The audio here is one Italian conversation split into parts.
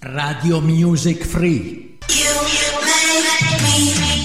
Radio Music Free. You make me.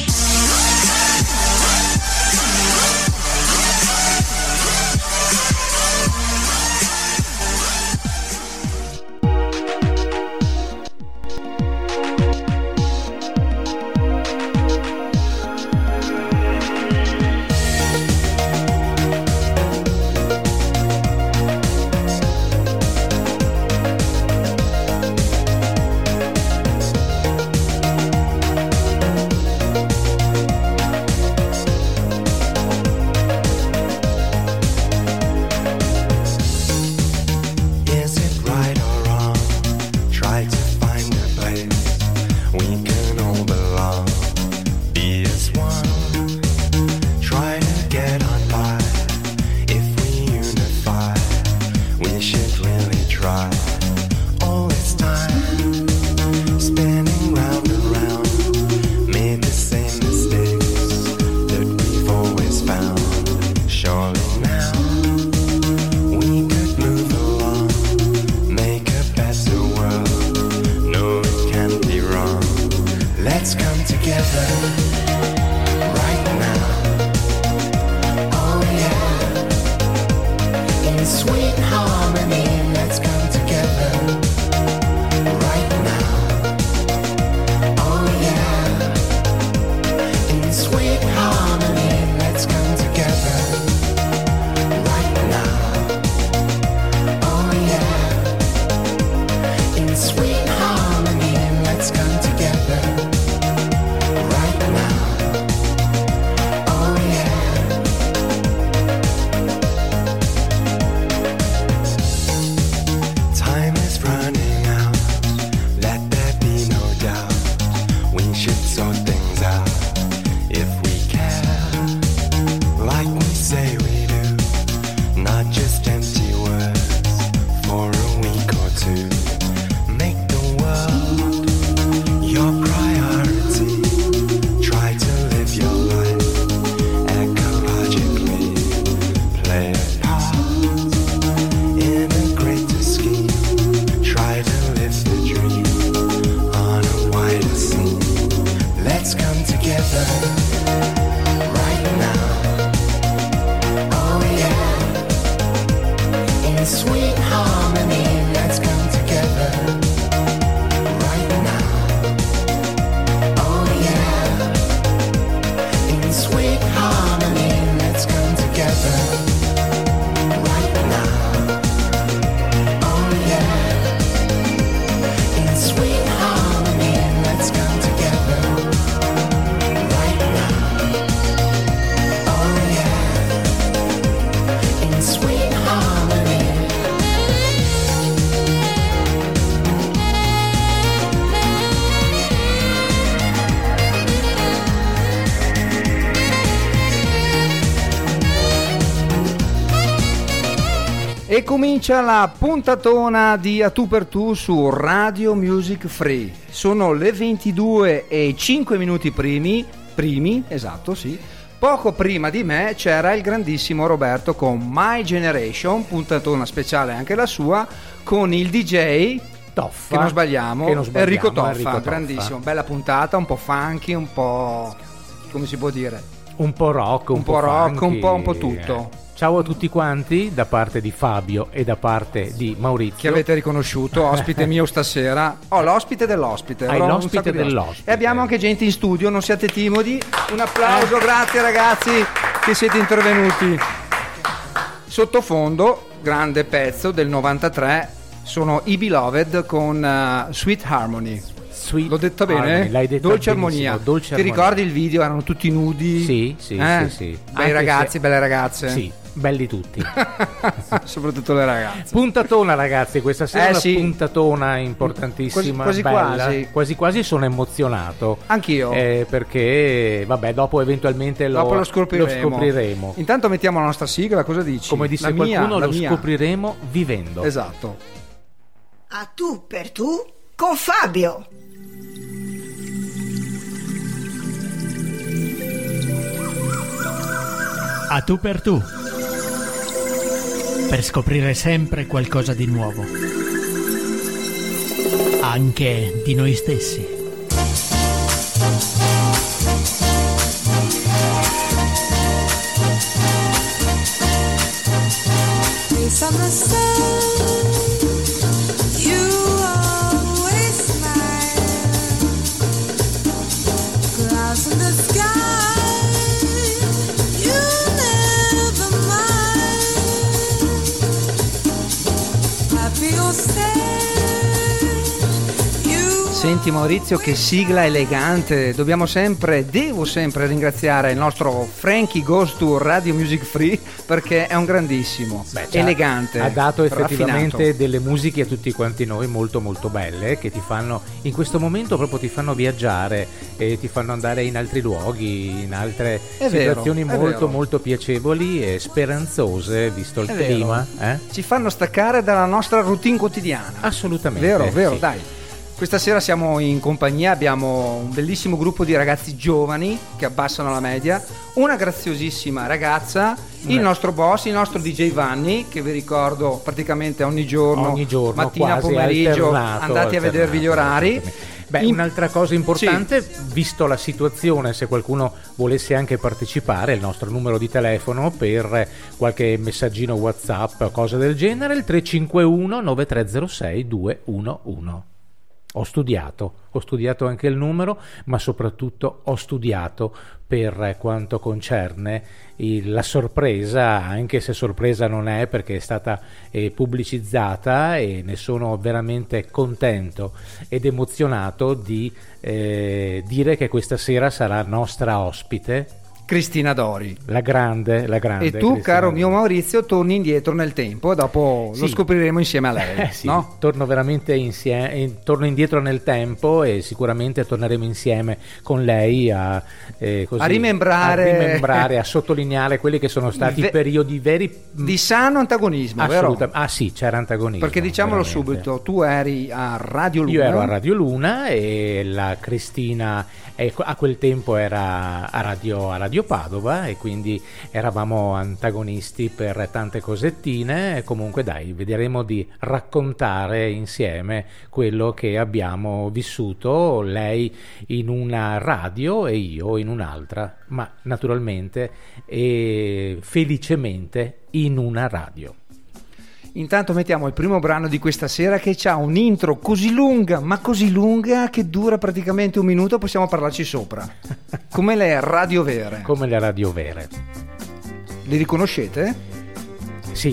E comincia la puntatona di A Tu per Tu su Radio Music Free. Sono le 22 e 5 minuti primi, esatto, sì. Poco prima di me c'era il grandissimo Roberto con My Generation, puntatona speciale anche la sua, con il DJ Toffa, che non sbagliamo, Enrico Toffa, grandissimo, bella puntata, un po' funky, un po', come si può dire? Un po' rock, un po' rock, un po' tutto. Ciao a tutti quanti, da parte di Fabio e da parte di Maurizio. Che avete riconosciuto, ospite mio stasera. L'ospite dell'ospite. Hai l'ospite dell'ospite. E abbiamo anche gente in studio, non siate timidi. Un applauso, grazie ragazzi che siete intervenuti. Sottofondo, grande pezzo del 93, sono i Beloved con Sweet Harmony. L'ho detto bene? L'hai detto Dolce Armonia. Dolce Ti Armonia. Ricordi il video? Erano tutti nudi. Sì. Bei Anche ragazzi, belle ragazze. Sì, belli tutti. Soprattutto le ragazze. Puntatona ragazzi, questa sera sì. Una puntatona importantissima, quasi bella. Quasi sono emozionato. Anch'io. Perché vabbè, dopo eventualmente lo scopriremo. Intanto mettiamo la nostra sigla, cosa dici? Come disse qualcuno, lo scopriremo vivendo. Esatto. A Tu per Tu con Fabio. A Tu per Tu, per scoprire sempre qualcosa di nuovo. anche di noi stessi. Senti Maurizio, che sigla elegante. Devo sempre ringraziare il nostro Frankie Goes to Radio Music Free, perché è un grandissimo, elegante, ha dato effettivamente raffinato. delle musiche a tutti quanti noi molto molto belle, che ti fanno in questo momento proprio ti fanno viaggiare e ti fanno andare in altri luoghi, in altre situazioni molto piacevoli e speranzose, visto il clima. Ci fanno staccare dalla nostra routine quotidiana. Assolutamente. Vero, sì. Dai. Questa sera siamo in compagnia, abbiamo un bellissimo gruppo di ragazzi giovani che abbassano la media, una graziosissima ragazza, il nostro boss, il nostro DJ Vanni, che vi ricordo praticamente ogni giorno mattina, pomeriggio, andate a vedervi gli orari. Un'altra cosa importante, visto la situazione, se qualcuno volesse anche partecipare, il nostro numero di telefono per qualche messaggino WhatsApp o cose del genere, il 351 9306 211. Ho studiato anche il numero, ma soprattutto ho studiato per quanto concerne la sorpresa, anche se sorpresa non è, perché è stata pubblicizzata, e ne sono veramente contento ed emozionato di dire che questa sera sarà nostra ospite Cristina Dori, la grande. E tu, Cristina, caro mio Maurizio, torni indietro nel tempo, dopo lo scopriremo insieme a lei. No? Torno veramente torno indietro nel tempo, e sicuramente torneremo insieme con lei a rimembrare, a sottolineare quelli che sono stati periodi veri di sano antagonismo, vero? Ah sì, c'era antagonismo. Perché diciamolo subito, tu eri a Radio Luna. Io ero a Radio Luna e la Cristina a quel tempo era a Radio Padova, e quindi eravamo antagonisti per tante cosettine. Comunque dai, vedremo di raccontare insieme quello che abbiamo vissuto, lei in una radio e io in un'altra, ma naturalmente e felicemente in una radio. Intanto mettiamo il primo brano di questa sera, che ha un intro così lunga, ma così lunga, che dura praticamente un minuto, possiamo parlarci sopra. Come le radio vere. Come le radio vere. Li riconoscete? Sì.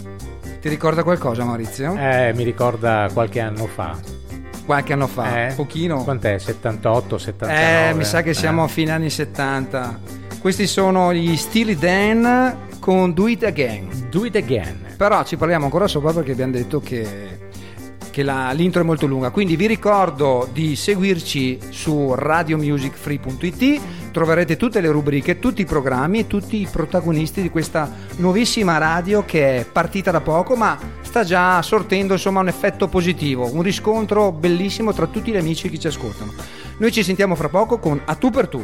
Ti ricorda qualcosa, Maurizio? Mi ricorda qualche anno fa. Qualche anno fa? Pochino? Quant'è? 78, 79? Mi sa che siamo a fine anni 70. Questi sono gli Steely Dan con Do It Again. Do It Again. Però ci parliamo ancora sopra, perché abbiamo detto che l'intro è molto lunga. Quindi vi ricordo di seguirci su radiomusicfree.it, troverete tutte le rubriche, tutti i programmi e tutti i protagonisti di questa nuovissima radio, che è partita da poco ma sta già sortendo un effetto positivo, un riscontro bellissimo tra tutti gli amici che ci ascoltano. Noi ci sentiamo fra poco con A Tu per Tu.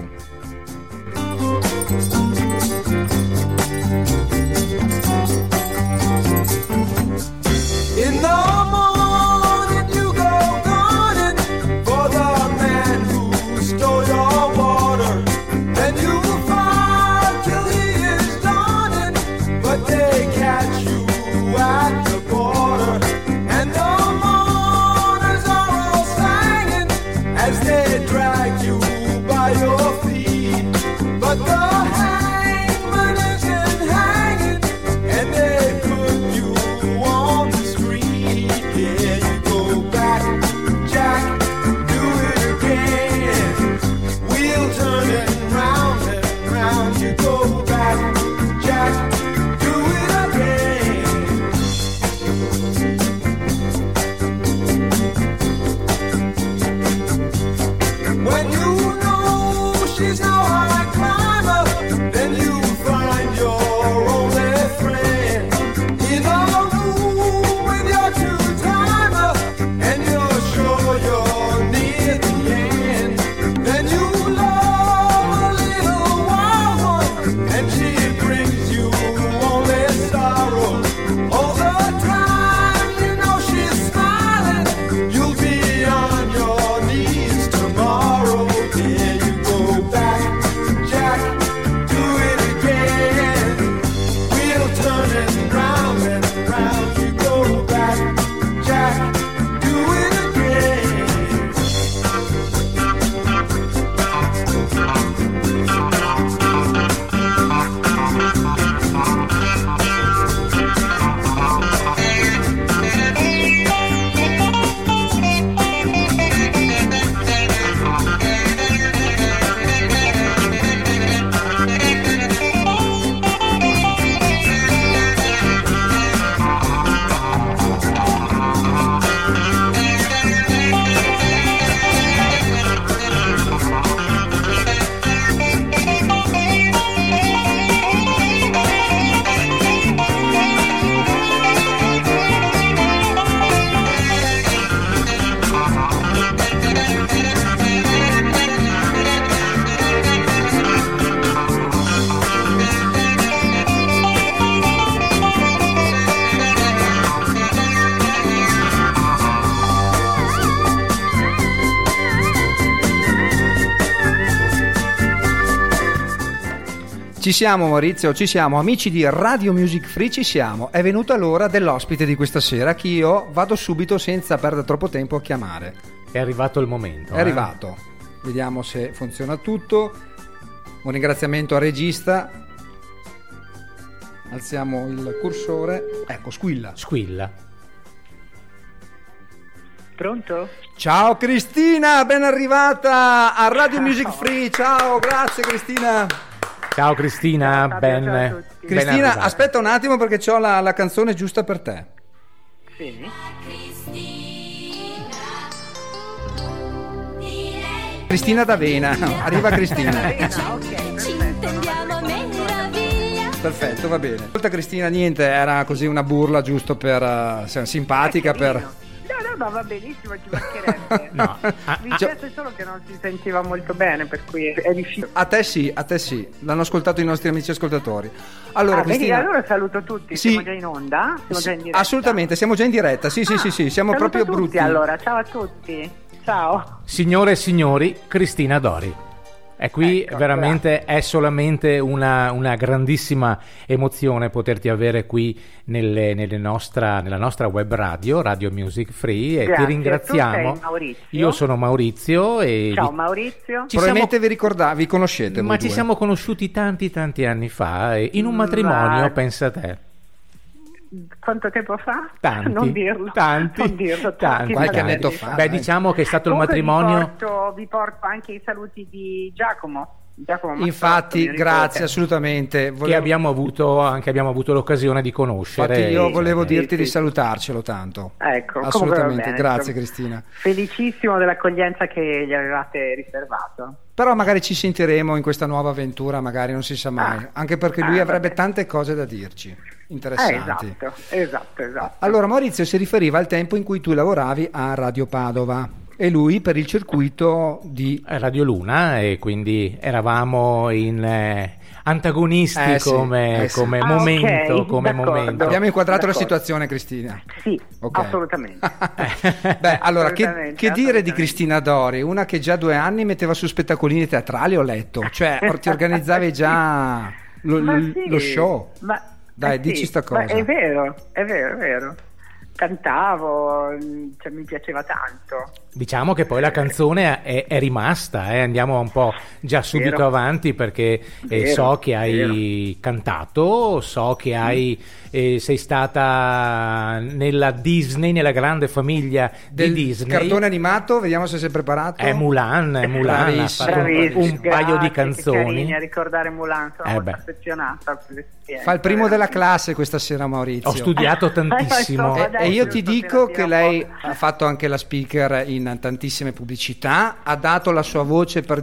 When you know she's no high climber, Ci siamo Maurizio, ci siamo, amici di Radio Music Free, ci siamo. È venuta l'ora dell'ospite di questa sera che io vado subito senza perdere troppo tempo a chiamare. È arrivato il momento. È arrivato. Vediamo se funziona tutto. Un ringraziamento al regista. Alziamo il cursore. Ecco, squilla. Pronto? Ciao Cristina, ben arrivata a Radio Music Free. Ciao, grazie Cristina. Ciao Cristina, Ciao, ben ciao a tutti. Cristina, aspetta un attimo perché c'ho la canzone giusta per te. Sì. Cristina d'Avena, arriva Cristina. Perfetto, va bene. Ascolta Cristina, niente, era così una burla giusto per simpatica per... No, va benissimo, ci mancherebbe. No. Mi piace solo che non si sentiva molto bene, per cui è difficile. A te sì, l'hanno ascoltato i nostri amici ascoltatori. Allora, Cristina, allora saluto tutti, sì. siamo già in onda? Siamo già in diretta? Assolutamente, siamo già in diretta, sì, siamo proprio tutti, brutti. Allora, ciao a tutti, ciao. Signore e signori, Cristina Dori. E qui Ecco, veramente è solamente una grandissima emozione poterti avere qui nella nostra web radio, Radio Music Free, e Grazie. ti ringraziamo. Tu sei Maurizio. Io sono Maurizio e Ciao Maurizio. Probabilmente vi conoscete voi ma due. ci siamo conosciuti tanti anni fa in un matrimonio, pensa te. Quanto tempo fa? Tanti, Non dirlo. tanti, Non dirlo, tanti. Qualche tanti. annetto fa. Beh, diciamo che è stato il Comunque matrimonio. Vi porto anche i saluti di Giacomo. Infatti, grazie, assolutamente. Che abbiamo avuto l'occasione di conoscere. Infatti io volevo Sì, dirti sì. di salutarcelo tanto. Ecco, assolutamente, comunque va bene, grazie insomma. Cristina. Felicissimo dell'accoglienza che gli avevate riservato. Però magari ci sentiremo in questa nuova avventura, magari non si sa mai, anche perché lui avrebbe vabbè. tante cose da dirci, interessanti. Esatto. Allora Maurizio si riferiva al tempo in cui tu lavoravi a Radio Padova e lui per il circuito di Radio Luna, e quindi eravamo in antagonisti come momento, ok, come d'accordo. momento. Abbiamo inquadrato la D'accordo. situazione, Cristina. Sì, Ok. assolutamente. Beh, allora, Assolutamente, che dire di assolutamente. Cristina Dori? Una che già 2 anni metteva su spettacolini teatrali, ho letto. Cioè, ti organizzavi già Ma sì, lo show. Dai, dici sì, sta cosa. ma è vero. Cantavo, cioè, mi piaceva tanto. Diciamo che poi la canzone è rimasta, andiamo un po' già subito Vero. avanti, perché Vero, so che hai cantato, so che sei stata nella Disney, nella grande famiglia Del di Disney. cartone animato, vediamo se sei preparato. È Mulan, ha Bravissimo. fatto un paio di Grazie, che canzoni. carini a ricordare Mulan, sono molto beh. affezionata a quelle esperienze, Fa il primo della veramente. classe questa sera, Maurizio. Ho studiato tantissimo. Insomma, dai, E io ti giusto dico per che dire un lei po'. ha fatto anche la speaker in tantissime pubblicità, ha dato la sua voce per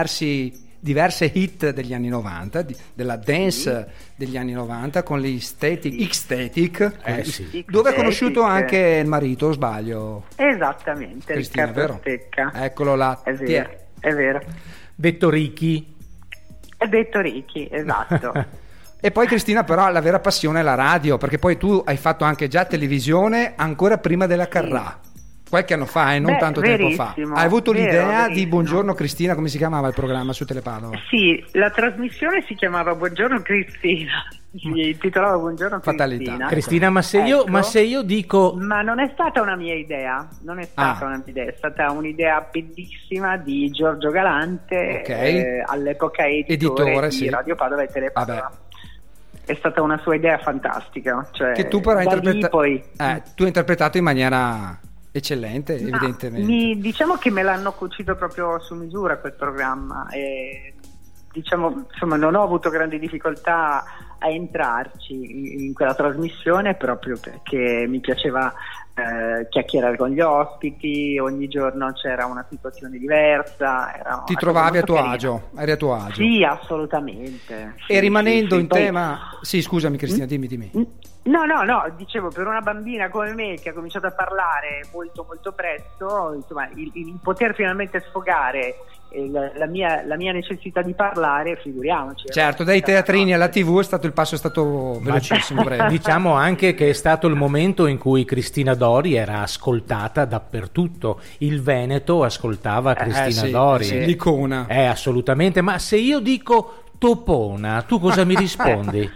diverse hit degli anni 90, della dance degli anni 90 con gli X-Static, Sì. dove ha conosciuto X-Static. anche il marito, o sbaglio? Esattamente, Cristina, Riccardo vero? Stecca. Eccolo là. È Ti vero, è vero. Detto Ricky. È detto Ricky, esatto. E poi Cristina, però la vera passione è la radio, perché poi tu hai fatto anche già televisione ancora prima della Carrà. Qualche anno fa, non Beh, tanto tempo fa. verissimo, Hai avuto l'idea di verissimo. Buongiorno Cristina, come si chiamava il programma su Telepadova? Sì, la trasmissione si chiamava Buongiorno Cristina, si intitolava Buongiorno Fatalità. Cristina. Cristina, ma se io dico Ma non è stata una mia idea, non è stata Ah. una mia idea, è stata un'idea bellissima di Giorgio Galante, Ok. all'epoca editore Editore, di sì. Radio Padova e Telepadova. Vabbè. È stata una sua idea fantastica, cioè, Che tu però da lì poi... tu hai interpretato in maniera eccellente, Ma evidentemente. diciamo che me l'hanno cucito proprio su misura quel programma e diciamo, insomma, non ho avuto grandi difficoltà a entrarci in quella trasmissione, proprio perché mi piaceva chiacchierare con gli ospiti, ogni giorno c'era una situazione diversa, era Ti una trovavi cosa a tuo molto agio, eri a tuo agio. Sì, assolutamente. E Sì, rimanendo sì, in poi- tema... Sì, scusami Cristina, dimmi. No, dicevo, per una bambina come me che ha cominciato a parlare molto molto presto, insomma, il poter finalmente sfogare la mia necessità di parlare, figuriamoci. Certo, dai teatrini alla TV il passo è stato velocissimo, breve. diciamo anche che è stato il momento in cui Cristina Dori era ascoltata dappertutto. Il Veneto ascoltava Cristina sì, Dori. sì, l'icona. Assolutamente. Ma se io dico Topona, tu cosa mi rispondi?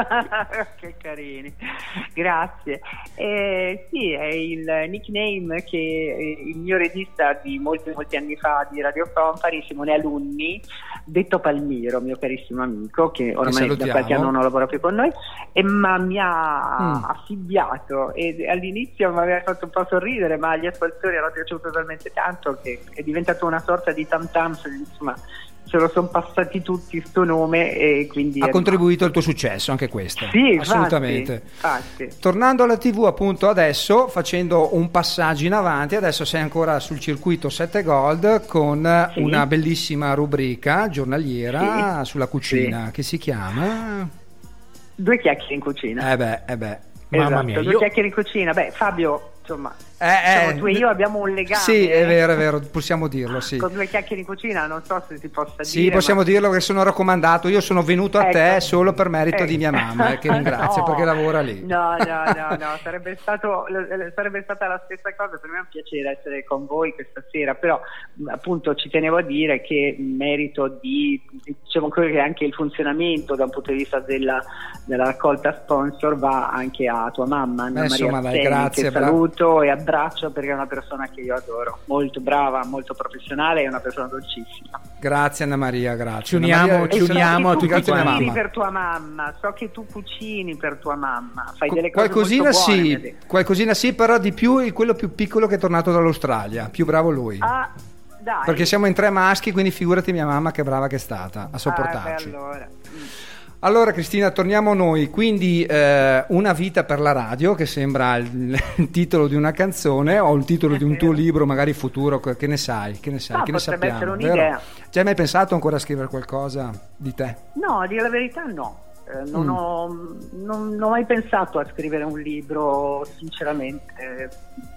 Che carini, grazie. Sì, è il nickname che il mio regista di molti anni fa di Radio Company, Simone Alunni, detto Palmiro, mio carissimo amico, che ormai da qualche anno non lavora più con noi, ma mi ha affibbiato, e all'inizio mi aveva fatto un po' sorridere, ma agli ascoltatori era piaciuto talmente tanto che è diventato una sorta di tam tam, insomma ce lo sono passati tutti sto nome, e quindi ha contribuito al tuo successo anche questo. Sì, assolutamente. Infatti. Tornando alla TV, appunto, adesso facendo un passaggio in avanti, adesso sei ancora sul circuito 7 Gold con una bellissima rubrica giornaliera sulla cucina che si chiama Due chiacchiere in cucina. Mamma mia, Due chiacchiere in cucina. Beh, Fabio, insomma, tu e io abbiamo un legame. Sì, è vero, possiamo dirlo, sì. Con Due chiacchiere in cucina, non so se si possa dire. Sì, possiamo dirlo, che sono raccomandato. Io sono venuto a te solo per merito di mia mamma, che ringrazio perché lavora lì. No, sarebbe stata la stessa cosa. Per me è un piacere essere con voi questa sera, però appunto ci tenevo a dire che merito di, diciamo, quello che è anche il funzionamento da un punto di vista della raccolta sponsor va anche a tua mamma, Anna Maria Azzeni, grazie, che saluto e abbraccio perché è una persona che io adoro, molto brava, molto professionale, è una persona dolcissima. Grazie Anna Maria, grazie. Ci uniamo a tutti quanti. Mamma. Cucini per tua mamma, so che tu cucini per tua mamma, fai delle cose qualcosina molto buone. Qualcosina sì, però di più quello più piccolo che è tornato dall'Australia, più bravo lui. Dai. Perché siamo in 3 maschi, quindi figurati mia mamma che brava che è stata a sopportarci. Allora Cristina, torniamo a noi, quindi Una vita per la radio, che sembra il titolo di una canzone o il titolo di un tuo libro magari futuro, che ne sai, che ne sappiamo, essere un'idea. Vero? Ci hai mai pensato ancora a scrivere qualcosa di te? No, a dire la verità no. Non ho mai pensato a scrivere un libro, sinceramente,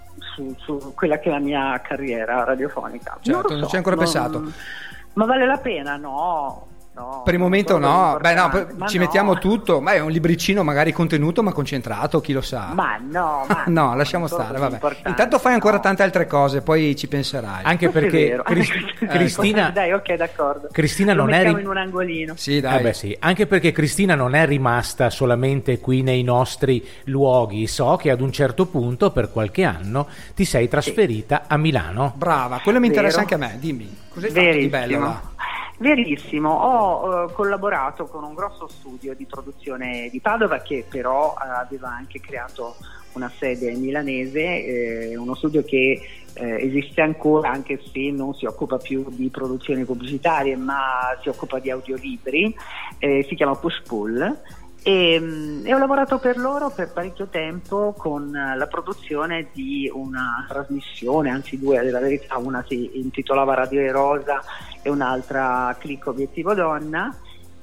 su quella che è la mia carriera radiofonica. Certo, non ci hai ancora pensato. Ma vale la pena? No. Per il momento no. Ci mettiamo tutto, ma è un libricino magari contenuto ma concentrato, chi lo sa. No, lasciamo stare, vabbè. Intanto fai ancora tante altre cose, poi ci penserai. Anche perché Cristina, dai, ok, d'accordo. Cristina non è in un angolino. Sì, dai. Sì, anche perché Cristina non è rimasta solamente qui nei nostri luoghi. So che ad un certo punto, per qualche anno, ti sei trasferita a Milano. Brava, quello mi interessa anche a me. Dimmi, cos'hai fatto di bello là? Verissimo, ho collaborato con un grosso studio di produzione di Padova, che però aveva anche creato una sede milanese, uno studio che esiste ancora, anche se non si occupa più di produzioni pubblicitarie ma si occupa di audiolibri, si chiama Push Pull. E ho lavorato per loro per parecchio tempo con la produzione di una trasmissione, anzi 2 della verità, una si intitolava Radio Erosa e un'altra Click Obiettivo Donna,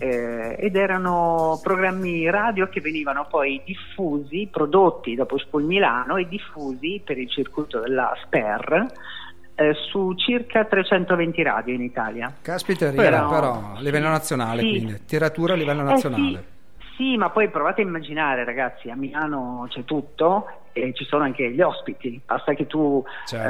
ed erano programmi radio che venivano poi diffusi, prodotti da Push Pull Milano e diffusi per il circuito della SPER su circa 320 radio in Italia. Caspita, però a livello nazionale, quindi tiratura a livello nazionale. Sì, ma poi provate a immaginare, ragazzi, a Milano c'è tutto e ci sono anche gli ospiti, basta che tu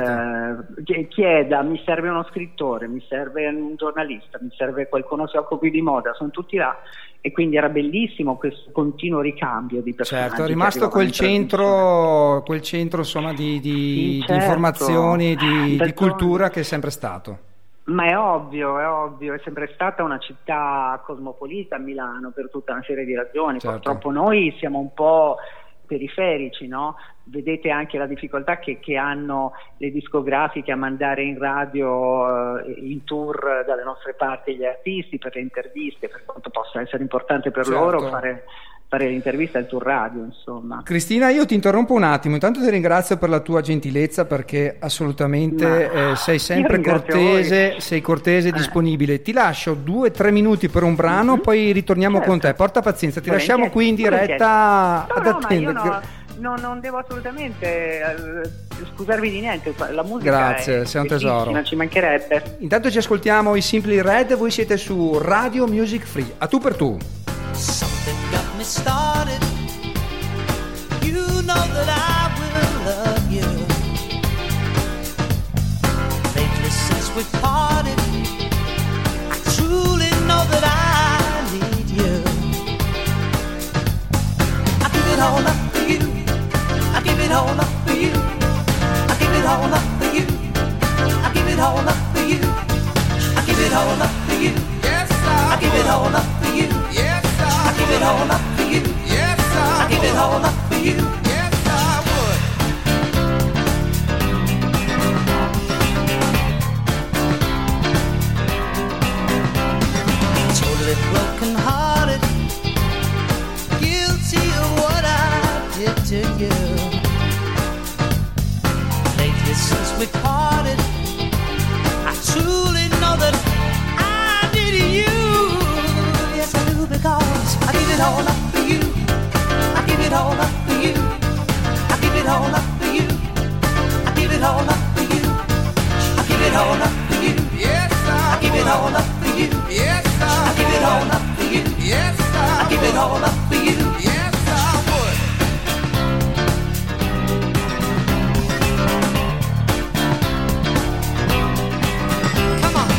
chieda, mi serve uno scrittore, mi serve un giornalista, mi serve qualcuno che si occupi di moda, sono tutti là, e quindi era bellissimo questo continuo ricambio di personaggi. Certo, è rimasto quel centro insomma di informazioni, di cultura che è sempre stato. Ma è ovvio, è sempre stata una città cosmopolita Milano per tutta una serie di ragioni. Certo. Purtroppo noi siamo un po' periferici, no? Vedete anche la difficoltà che hanno le discografiche a mandare in radio in tour dalle nostre parti gli artisti per le interviste, per quanto possa essere importante per loro fare l'intervista al tour radio, insomma. Cristina, io ti interrompo un attimo, intanto ti ringrazio per la tua gentilezza, perché assolutamente sei sempre cortese, e disponibile. Ti lascio 2-3 minuti per un brano, poi ritorniamo con te, porta pazienza, ti lasciamo qui in diretta ad attendere. Non devo assolutamente scusarvi di niente, la musica grazie, sei un tesoro, ci mancherebbe. Intanto ci ascoltiamo i Simply Red, voi siete su Radio Music Free, a tu per tu. Something got me started. You know that I will love you. Lately since we parted, I truly know that I all up for you. I give it all up for you. I give it all up for you. Yes, I give it all up for you. Yes, I give it all up for you. Yes, I give it all up for you. Yes, I would. Totally broken hearted, guilty of what I did to you. Lately since we parted, I truly know that I needed you. Yes, I do, because I give it all up for you. I give it all up for you. I give it all up for you. I give it all up for you. I give it all up for you. Yes, I give it all up for you. Yes, I give it all up for you. Yes, I give it all up for you. Yes, I would. Come on.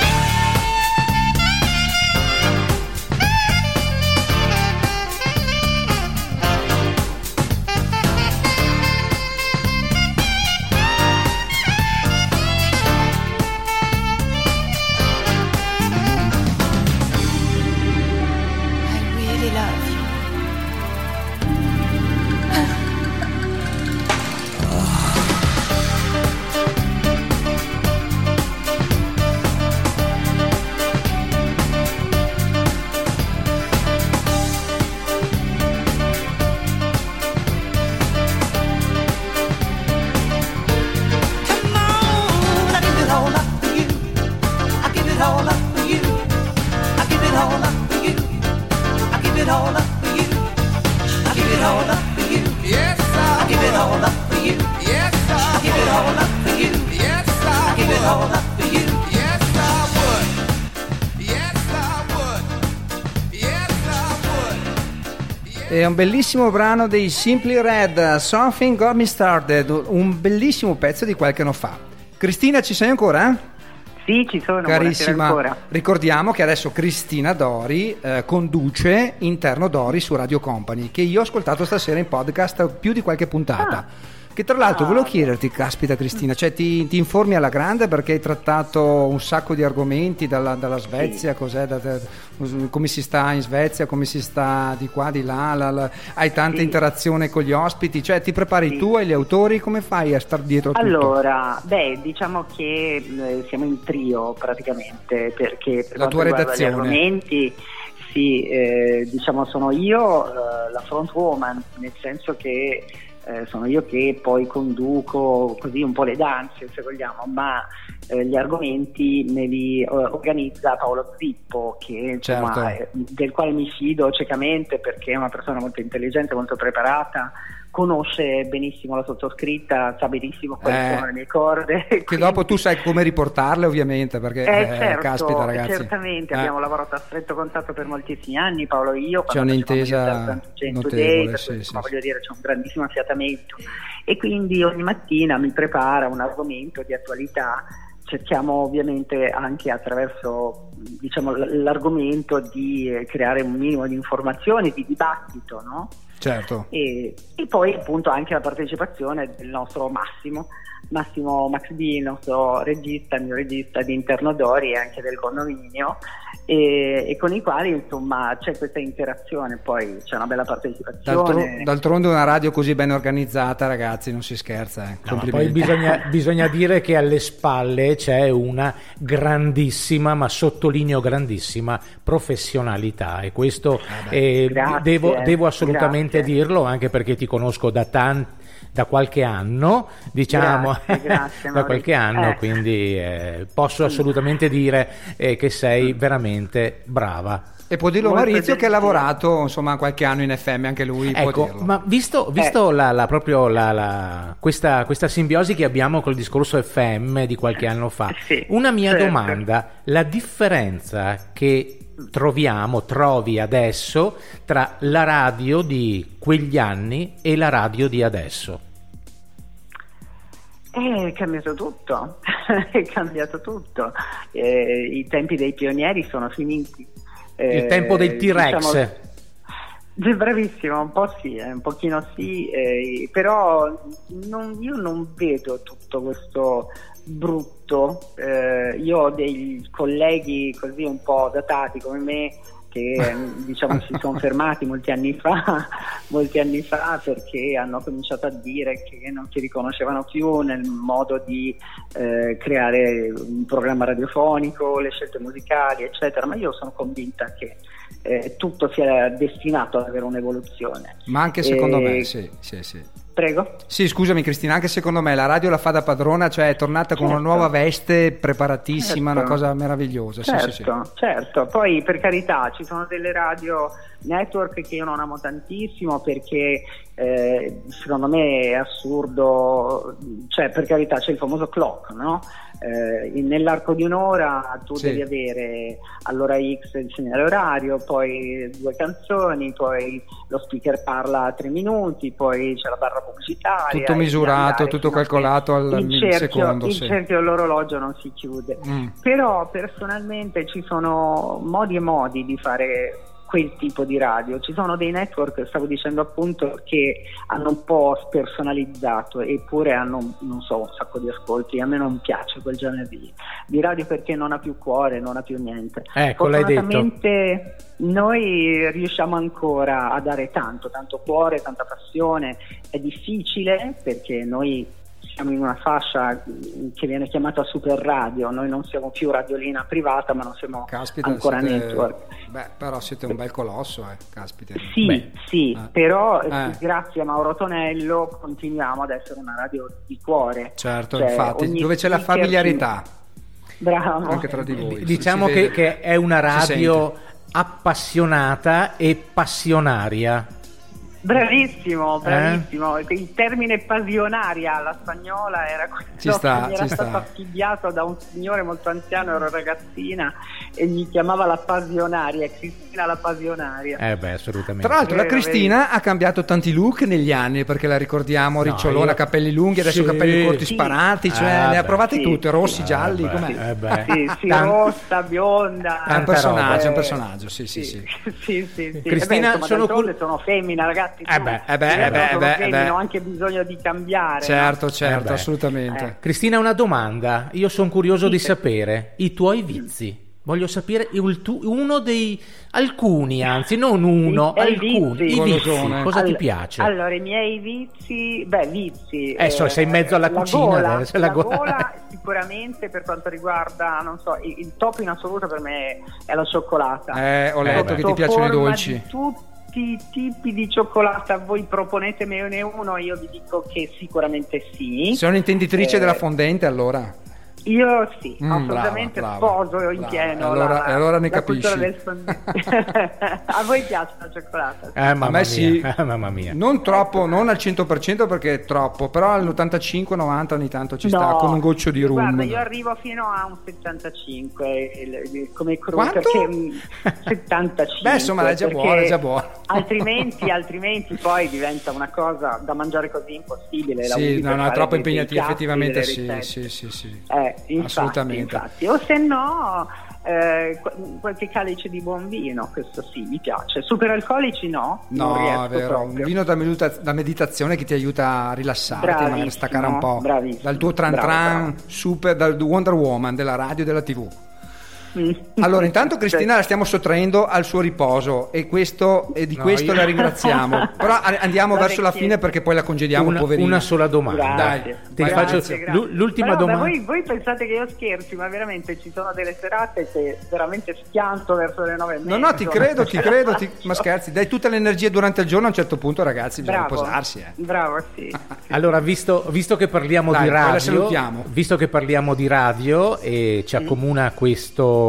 I really love you. Come on, I give it all up for you. I give it all up for you. I give it all up for you. I give it all up for you. I give it all up for you. Yes, I give it all up for you. Yes, I give it all up for you. Yes, I give it all up for you. Yes, I would. Yes, I would. Yes, I would. È un bellissimo brano dei Simply Red, Something Got Me Started, un bellissimo pezzo di qualche anno fa. Cristina, ci sei ancora? Sì, ci sono, buonasera Carissima, ancora. ricordiamo che adesso Cristina Dori conduce Interno Dori su Radio Company, che io ho ascoltato stasera in podcast più di qualche puntata. Che tra l'altro volevo chiederti, caspita Cristina, cioè ti informi alla grande perché hai trattato un sacco di argomenti dalla Svezia, cos'è, come si sta in Svezia, come si sta di qua, di là, hai tanta interazione con gli ospiti, cioè ti prepari tu e gli autori, come fai a star dietro a tutto? Allora, diciamo che siamo in trio praticamente, perché per La quanto tua riguarda redazione. gli argomenti, sì, diciamo sono io la front woman, nel senso che sono io che poi conduco così un po' le danze, se vogliamo, ma gli argomenti me li organizza Paolo Zippo, che insomma, Certo. del quale mi fido ciecamente perché è una persona molto intelligente, molto preparata, conosce benissimo la sottoscritta, sa benissimo quali sono le mie corde. Che quindi... dopo tu sai come riportarle ovviamente, perché certo, caspita ragazzi. certamente abbiamo lavorato a stretto contatto per moltissimi anni, Paolo e io. C'è un'intesa notevole, sì, voglio dire, c'è un grandissimo affiatamento e quindi ogni mattina mi prepara un argomento di attualità. Cerchiamo ovviamente anche attraverso, diciamo, l'argomento di creare un minimo di informazioni, di dibattito, no? Certo. E poi appunto anche la partecipazione del nostro Massimo Max B, il nostro regista, il mio regista di Interno Dori e anche del condominio, e con i quali insomma c'è questa interazione, poi c'è una bella partecipazione. D'altronde una radio così ben organizzata, ragazzi, non si scherza. No, poi bisogna dire che alle spalle c'è una grandissima, ma sottolineo grandissima, professionalità, e questo devo assolutamente dirlo, anche perché ti conosco da qualche anno, diciamo, grazie, da qualche anno, quindi posso assolutamente dire che sei veramente brava. E può dirlo Molto Maurizio che ha gentile. lavorato insomma qualche anno in FM, anche lui può Ecco, dirlo. ma visto questa simbiosi che abbiamo col discorso FM di qualche anno fa, Sì, una mia certo. domanda: la differenza che trovi adesso tra la radio di quegli anni e la radio di adesso? È cambiato tutto, è cambiato tutto. I tempi dei pionieri sono finiti. Il tempo del T-Rex. Diciamo, Bravissimo, un po' sì, un pochino sì, però io non vedo tutto questo brutto. Io ho dei colleghi così un po' datati come me che diciamo si sono fermati molti anni fa perché hanno cominciato a dire che non si riconoscevano più nel modo di creare un programma radiofonico, le scelte musicali eccetera, ma io sono convinta che tutto sia destinato ad avere un'evoluzione. Ma anche secondo me sì. Prego? Sì, scusami Cristina, anche secondo me la radio la fa da padrona, cioè è tornata con una nuova veste preparatissima, una cosa meravigliosa. Certo, poi per carità ci sono delle radio network che io non amo tantissimo perché secondo me è assurdo, cioè per carità c'è il famoso clock, no? Nell'arco di un'ora tu devi avere all'ora X il segnale orario, poi 2 canzoni, poi lo speaker parla 3 minuti, poi c'è la barra pubblicitaria, tutto misurato, tutto calcolato al millisecondo. Il cerchio dell'orologio non si chiude. Però personalmente ci sono modi e modi di fare quel tipo di radio. Ci sono dei network, stavo dicendo appunto, che hanno un po' spersonalizzato eppure hanno, non so, un sacco di ascolti. A me non piace quel genere di radio perché non ha più cuore, non ha più niente. Fortunatamente noi riusciamo ancora a dare tanto cuore, tanta passione. È difficile perché noi siamo in una fascia che viene chiamata super radio, noi non siamo più radiolina privata, ma non siamo ancora network. Beh, però siete un bel colosso, caspita. Sì, però grazie a Mauro Tonello continuiamo ad essere una radio di cuore. Certo, cioè, infatti, dove c'è la familiarità. Bravo. Anche tra di voi. Diciamo che è una radio appassionata e passionaria. Bravissimo. Il termine passionaria alla spagnola era questo che mi era stato affibbiato da un signore molto anziano, ero ragazzina e mi chiamava la passionaria, Cristina la passionaria. Assolutamente. Tra l'altro la Cristina ha cambiato tanti look negli anni, perché la ricordiamo ricciolona, capelli lunghi, adesso capelli corti sparati, cioè ne ha provate tutte, rossi, gialli, com'è? Rossa, bionda. È un personaggio, sì. Cristina, sono femmina, ragazzi. Ho anche bisogno di cambiare. Certo, assolutamente. Cristina, una domanda. Io sono curioso di sapere i tuoi vizi. Voglio sapere uno dei alcuni, anzi non uno, alcuni. I vizi. Cosa ti piace? Allora, i miei vizi, sei in mezzo alla cucina. La gola sicuramente, per quanto riguarda, non so, il top in assoluto per me è la cioccolata. Ho letto che ti piacciono i dolci. Tutti i tipi di cioccolata, voi proponetemene uno, io vi dico che sicuramente sì. Sei un'intenditrice della fondente, allora? Io sì, assolutamente sposo in pieno. Allora ne capisci. A voi piace la cioccolata? A me sì. Mamma mia. Non troppo, non al 100% perché è troppo, però all'85-90 ogni tanto ci sta, con un goccio di rum. Guarda, io arrivo fino a un 75 come crudo. Quanto? Perché 75. Beh, insomma, è già buono. Altrimenti poi diventa una cosa da mangiare così impossibile. Sì, è troppo impegnativa, effettivamente sì. Infatti, assolutamente. O se no qualche calice di buon vino, questo sì, mi piace. Super alcolici non riesco è vero, proprio. Un vino da meditazione che ti aiuta a rilassarti, magari staccare un po' dal tuo tran super, dal Wonder Woman della radio e della TV. Allora, intanto Cristina la stiamo sottraendo al suo riposo e di questo la ringraziamo. Però andiamo verso la fine perché poi la congediamo, poverina. Una sola domanda. Grazie. L'ultima domanda. Voi pensate che io scherzi, ma veramente ci sono delle serate che veramente schianto verso le 9:30. No, ti credo, ma scherzi, dai tutta l'energia durante il giorno, a un certo punto, ragazzi, bisogna riposarsi. Bravo, sì. Allora, visto che parliamo di radio, visto che parliamo di radio e ci accomuna questo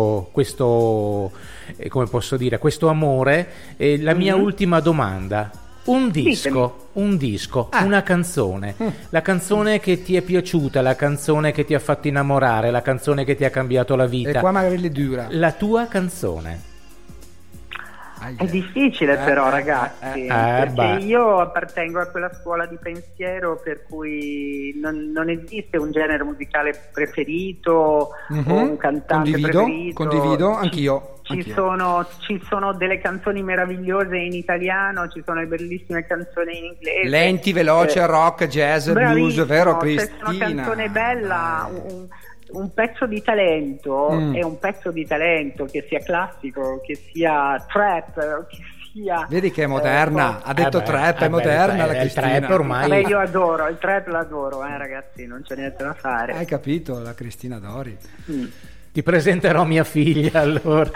come posso dire, questo amore, la mia ultima domanda: un disco, una canzone, la canzone che ti è piaciuta, la canzone che ti ha fatto innamorare, la canzone che ti ha cambiato la vita, e qua magari le dura, la tua canzone. È difficile però, ragazzi, perché io appartengo a quella scuola di pensiero per cui non esiste un genere musicale preferito o un cantante preferito. Condivido, anch'io. ci sono delle canzoni meravigliose in italiano, ci sono le bellissime canzoni in inglese. Lenti, veloce, rock, jazz, blues, vero Cristina? C'è una canzone bella, un pezzo di talento, è un pezzo di talento, che sia classico, che sia trap, che sia... Vedi che è moderna, ha detto trap, è moderna la Cristina. Il trap ormai... Vabbè, io adoro, il trap l'adoro, ragazzi, non c'è niente da fare. Hai capito, la Cristina Dori. Ti presenterò mia figlia allora.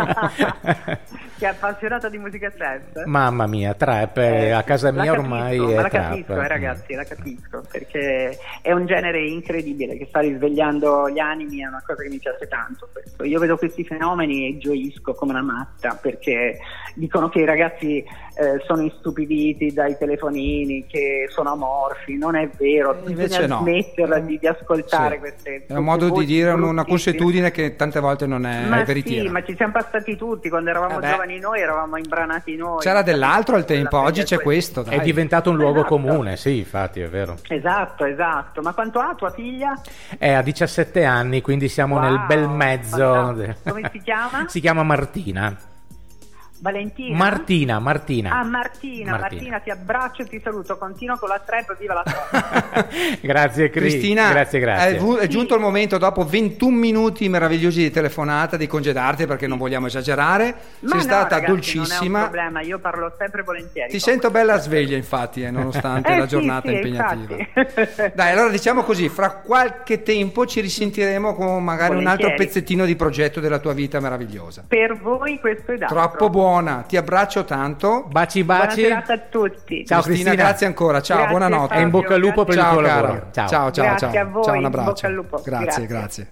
Che è appassionata di musica trap. Mamma mia, trap a casa mia ormai capisco, è la trap. capisco, ragazzi, la capisco, perché è un genere incredibile che sta risvegliando gli animi, è una cosa che mi piace tanto questo. Io vedo questi fenomeni e gioisco come una matta, perché dicono che i ragazzi sono istupiditi dai telefonini, che sono amorfi. Non è vero, invece bisogna smetterla di ascoltare queste è un modo di dire, una bruttissime consuetudine che tante volte non è veritiera. Sì, ma ci siamo passati tutti, quando eravamo giovani noi, eravamo imbranati noi. C'era dell'altro al tempo, oggi c'è questo, dai. È diventato un luogo comune, sì, infatti, è vero. Esatto. Ma quanto ha tua figlia? Ha 17 anni, quindi siamo nel bel mezzo. Come si chiama? Si chiama Martina. Valentina? Martina. Ah, Martina, ti abbraccio e ti saluto. Continua con la trap, viva la trap. Grazie Cristina. Grazie. È giunto il momento, dopo 21 minuti meravigliosi di telefonata, di congedarti, perché non vogliamo esagerare. Sei stata ragazzi, dolcissima. Non è un problema, io parlo sempre volentieri. Ti sento bella sveglia, infatti, nonostante la giornata impegnativa. Infatti. Dai, allora diciamo così, fra qualche tempo ci risentiremo con magari un altro pezzettino di progetto della tua vita meravigliosa. Per voi questo è dato. Troppo buono. Ti abbraccio tanto. Baci. Buona serata a tutti. Ciao Cristina, grazie ancora. Ciao, grazie, buonanotte. Fabio, e in bocca al lupo per il tuo lavoro. Ciao. Grazie a voi, ciao, un abbraccio. in bocca al lupo. Grazie.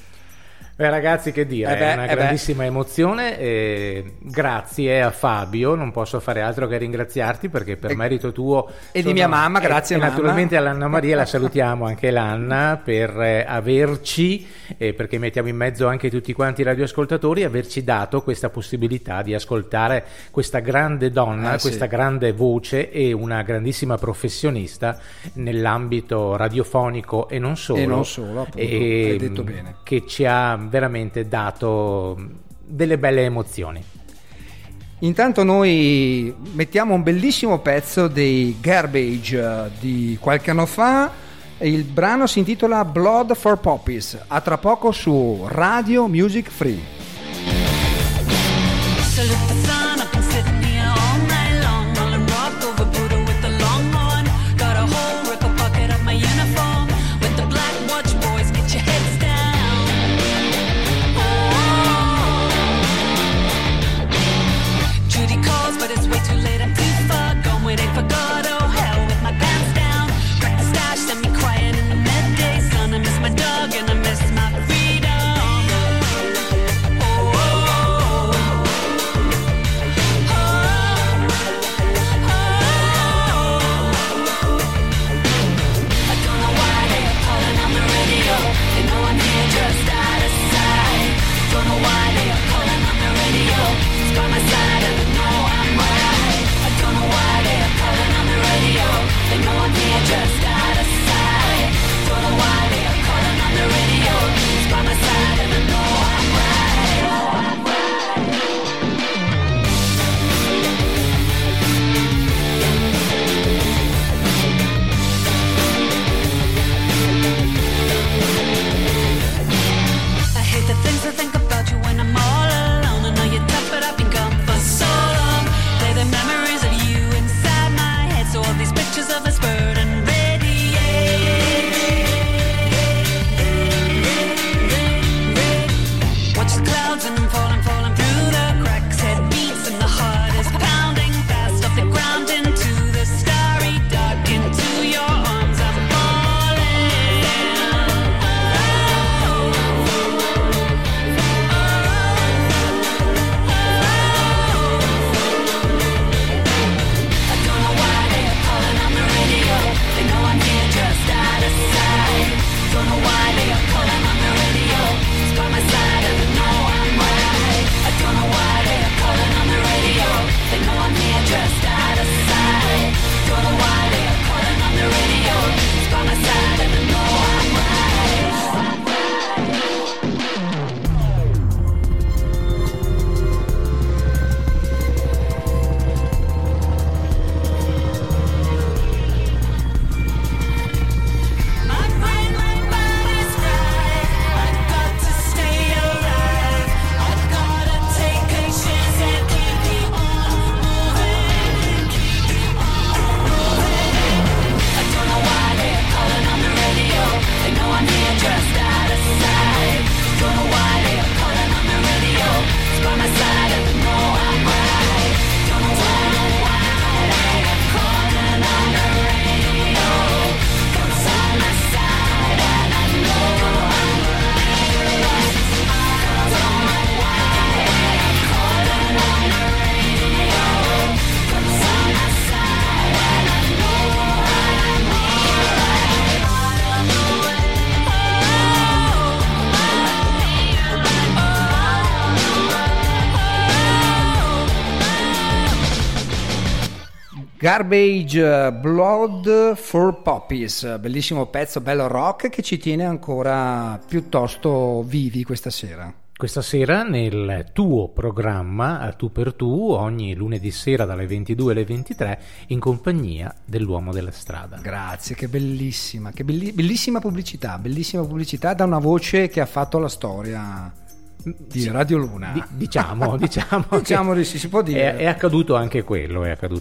Ragazzi, che dire, è una grandissima emozione, e grazie a Fabio, non posso fare altro che ringraziarti, perché per merito tuo e di mia mamma, grazie mamma. Naturalmente all'Anna Maria la salutiamo, anche l'Anna, per averci, perché mettiamo in mezzo anche tutti quanti i radioascoltatori, averci dato questa possibilità di ascoltare questa grande donna, questa grande voce e una grandissima professionista nell'ambito radiofonico e non solo, appunto, hai detto bene, che ci ha veramente dato delle belle emozioni. Intanto noi mettiamo un bellissimo pezzo dei Garbage di qualche anno fa, il brano si intitola Blood for Poppies. A tra poco su Radio Music Free. Garbage Blood for Poppies, bellissimo pezzo, bello rock che ci tiene ancora piuttosto vivi questa sera. Questa sera nel tuo programma A Tu per Tu, ogni lunedì sera dalle 22 alle 23 in compagnia dell'uomo della strada. Grazie, che bellissima, bellissima pubblicità da una voce che ha fatto la storia di Radio Luna. Diciamo si può dire. È accaduto anche quello.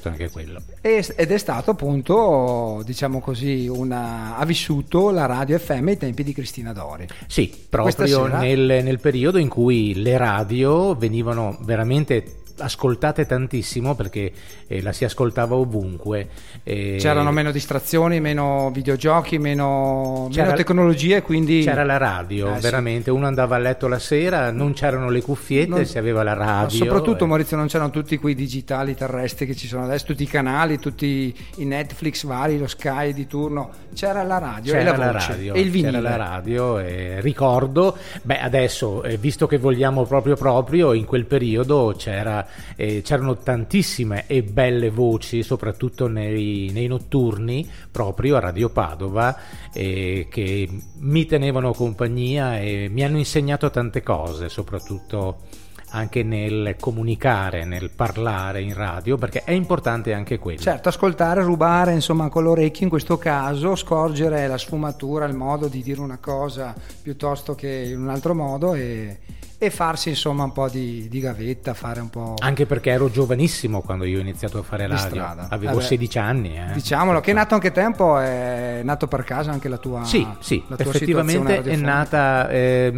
Ed è stato appunto, diciamo così, ha vissuto la radio FM ai tempi di Cristina Dori. Sì, proprio nel periodo in cui le radio venivano veramente ascoltate tantissimo, perché la si ascoltava ovunque. C'erano meno distrazioni, meno videogiochi, meno tecnologie, quindi c'era la radio, veramente. Uno andava a letto la sera, non c'erano le cuffiette, si aveva la radio. Soprattutto, Maurizio, non c'erano tutti quei digitali terrestri che ci sono adesso, tutti i canali, tutti i Netflix vari, lo Sky di turno. C'era la radio, e la voce, e il vinile. C'era la radio, ricordo, adesso, visto che vogliamo proprio, in quel periodo c'erano tantissime e belle voci, soprattutto nei notturni, proprio a Radio Padova, che mi tenevano compagnia e mi hanno insegnato tante cose, soprattutto anche nel comunicare, nel parlare in radio, perché è importante anche quello. Certo, ascoltare, rubare, insomma, con l'orecchio in questo caso, scorgere la sfumatura, il modo di dire una cosa piuttosto che in un altro modo e farsi insomma un po' di gavetta, fare un po'. Anche perché ero giovanissimo quando io ho iniziato a fare radio, avevo 16 anni. Diciamolo, che è nato anche tempo, è nato per caso anche la tua. Sì, la tua effettivamente è nata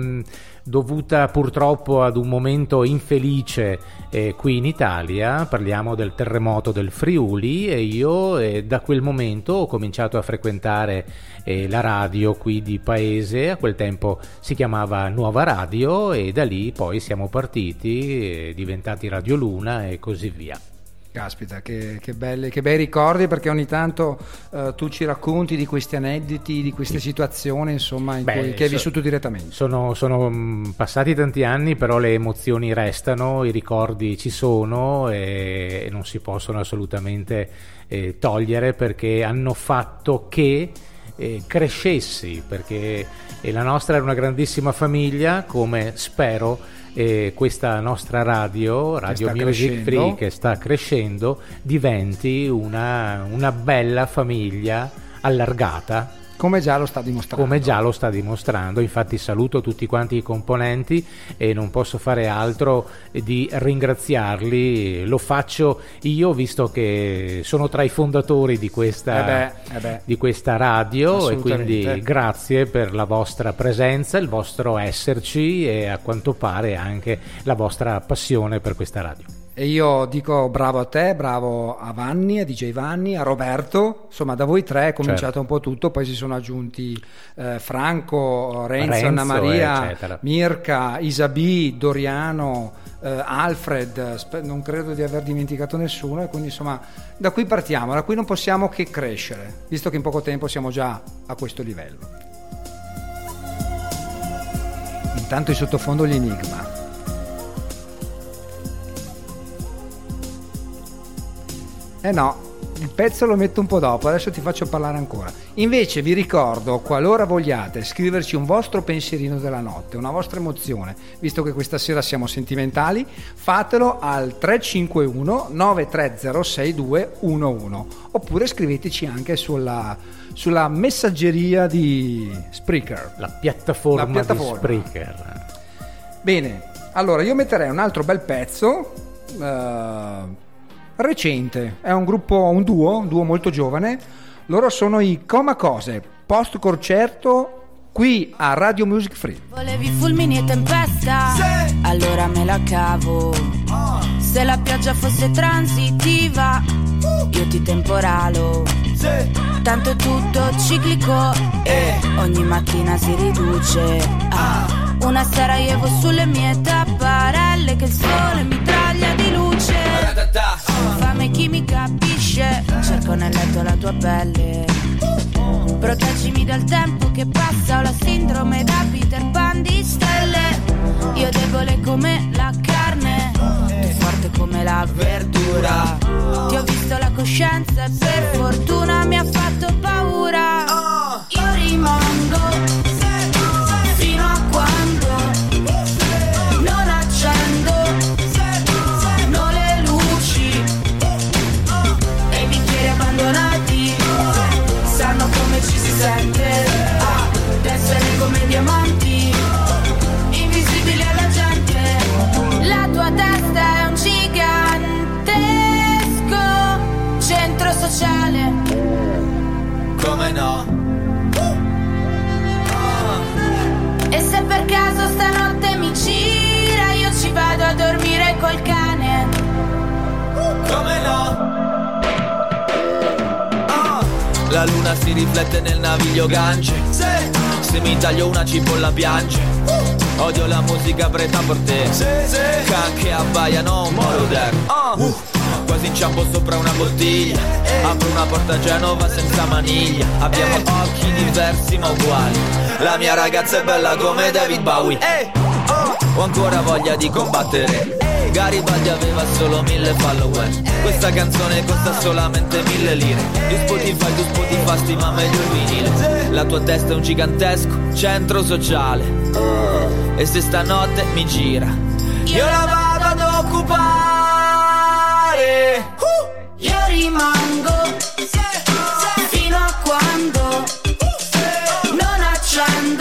dovuta purtroppo ad un momento infelice qui in Italia. Parliamo del terremoto del Friuli, e io da quel momento ho cominciato a frequentare la radio qui di paese. A quel tempo si chiamava Nuova Radio, e da lì poi siamo partiti, diventati Radio Luna e così via. Caspita, che bei ricordi, perché ogni tanto tu ci racconti di questi aneddoti, di queste situazioni, insomma, che hai vissuto direttamente. Sono passati tanti anni, però le emozioni restano, i ricordi ci sono e non si possono assolutamente togliere, perché hanno fatto che crescessi, perché la nostra era una grandissima famiglia, come spero questa nostra radio Music Free, che sta crescendo, diventi una bella famiglia allargata, come già lo sta dimostrando. Infatti saluto tutti quanti i componenti e non posso fare altro di ringraziarli. Lo faccio io, visto che sono tra i fondatori di questa radio, e quindi grazie per la vostra presenza, il vostro esserci e a quanto pare anche la vostra passione per questa radio. E io dico bravo a te, bravo a Vanni, a DJ Vanni, a Roberto, insomma da voi tre è cominciato un po' tutto, poi si sono aggiunti Franco, Renzo, Anna Maria, eccetera. Mirka, Isabì, Doriano, Alfred, non credo di aver dimenticato nessuno, e quindi insomma da qui partiamo, da qui non possiamo che crescere, visto che in poco tempo siamo già a questo livello. Intanto in sottofondo gli Enigma. No, il pezzo lo metto un po' dopo, adesso ti faccio parlare ancora. Invece vi ricordo, qualora vogliate scriverci un vostro pensierino della notte, una vostra emozione, visto che questa sera siamo sentimentali, fatelo al 351 930 6211, oppure scriveteci anche sulla messaggeria di Spreaker, la piattaforma di Spreaker. Bene, allora io metterei un altro bel pezzo recente, è un duo molto giovane. Loro sono i Coma Cose, post concerto qui a Radio Music Free. Volevi fulmini e tempesta? Sì. Allora me la cavo. Se la pioggia fosse transitiva, io ti temporalo. Sì. Tanto è tutto ciclico e ogni mattina si riduce a una Sarajevo sulle mie tapparelle, che il sole mi traglia di luce. Fame chi mi capisce, cerco nel letto la tua pelle. Proteggimi dal tempo che passa, ho la sindrome da Peter Pan di stelle. Io debole come la carne, tu forte come la verdura. Ti ho visto la coscienza per fortuna mi ha fatto paura. Io rimango fino a quando non accendo le luci e i bicchieri abbandonati sanno come ci si sente d'essere come diamanti invisibili alla gente. La tua testa è un gigantesco centro sociale. Come no? E se per caso stanotte mi gira, io ci vado a dormire col cane. Come no? La luna si riflette nel naviglio Gange. Se mi taglio una cipolla piange. Odio la musica preta per te. Can che abbaiano un moroder. Quasi inciampo sopra una bottiglia. Apro una porta a Genova senza maniglia. Abbiamo occhi diversi ma uguali. La mia ragazza è bella come David Bowie. Ho ancora voglia di combattere. Garibaldi aveva solo 1000 follower. Questa canzone costa solamente 1000 lire. Io Spotify, tu Spotify, stima meglio il vinile. La tua testa è un gigantesco centro sociale. E se stanotte mi gira, io la vado ad occupare. Io rimango fino a quando non accendo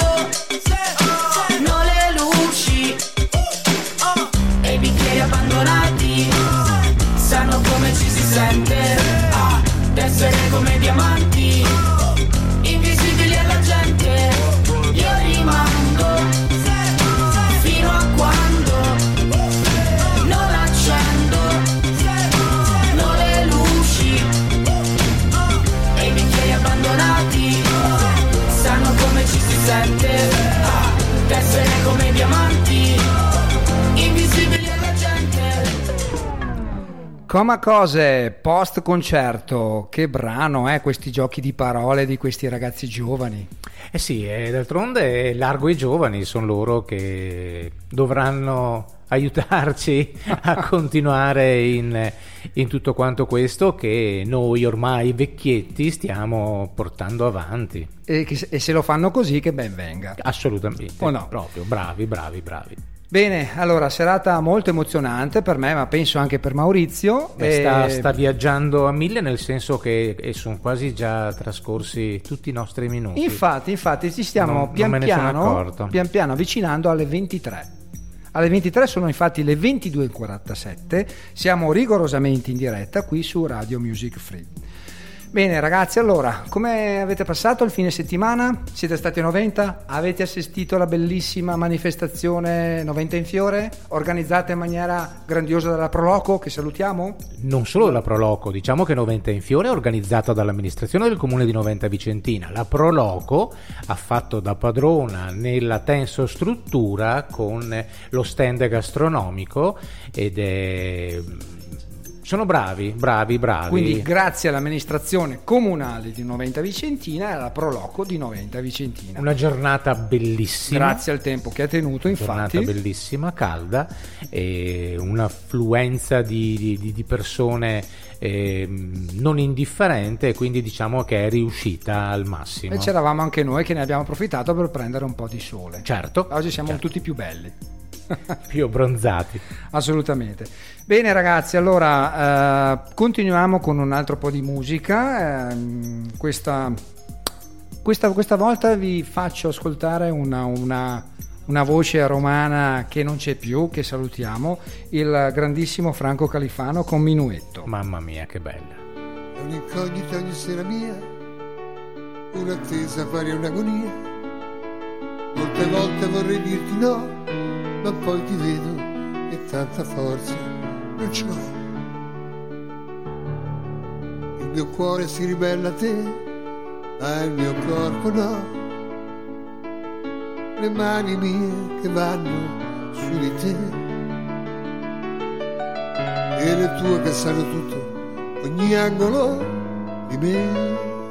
le luci e i bicchieri abbandonati sanno come ci si sente d'essere come diamanti invisibili alla gente. Io rimango fino a quando non accendo le luci e i bicchieri abbandonati sanno come ci si sente d'essere come diamanti invisibili alla gente. Coma Cose, post concerto, che brano, questi giochi di parole di questi ragazzi giovani. Eh sì, d'altronde largo i giovani, sono loro che dovranno aiutarci a continuare in tutto quanto questo che noi ormai vecchietti stiamo portando avanti. E se lo fanno così, che ben venga. Assolutamente. O no? Proprio, bravi. Bene, allora, serata molto emozionante per me, ma penso anche per Maurizio. Sta viaggiando a 1000, nel senso che sono quasi già trascorsi tutti i nostri minuti. Infatti ci stiamo pian piano avvicinando alle 23. Alle 23 sono infatti le 22:47, siamo rigorosamente in diretta qui su Radio Music Free. Bene ragazzi, allora, come avete passato il fine settimana? Siete stati a 90? Avete assistito alla bellissima manifestazione 90 in Fiore, organizzata in maniera grandiosa dalla Proloco, che salutiamo? Non solo dalla Proloco, diciamo che 90 in Fiore è organizzata dall'amministrazione del comune di Noventa Vicentina. La Proloco ha fatto da padrona nella tensostruttura con lo stand gastronomico ed è... Sono bravi. Quindi grazie all'amministrazione comunale di Noventa Vicentina e alla Proloco di Noventa Vicentina. Una giornata bellissima. Grazie al tempo che ha tenuto, infatti. Giornata bellissima, calda, e un'affluenza di persone non indifferente, quindi diciamo che è riuscita al massimo. E c'eravamo anche noi che ne abbiamo approfittato per prendere un po' di sole. Certo. Oggi siamo tutti più belli. Più abbronzati. Assolutamente. Bene ragazzi, allora continuiamo con un altro po' di musica. Questa volta vi faccio ascoltare una voce romana che non c'è più, che salutiamo, il grandissimo Franco Califano con Minuetto. Mamma mia, che bella. È un'incognita ogni sera mia, un'attesa pari a un'agonia. Molte volte vorrei dirti no, ma poi ti vedo e tanta forza non ce l'ho. Il mio cuore si ribella a te, ma il mio corpo no. Le mani mie che vanno su di te e le tue che sanno tutto, ogni angolo di me.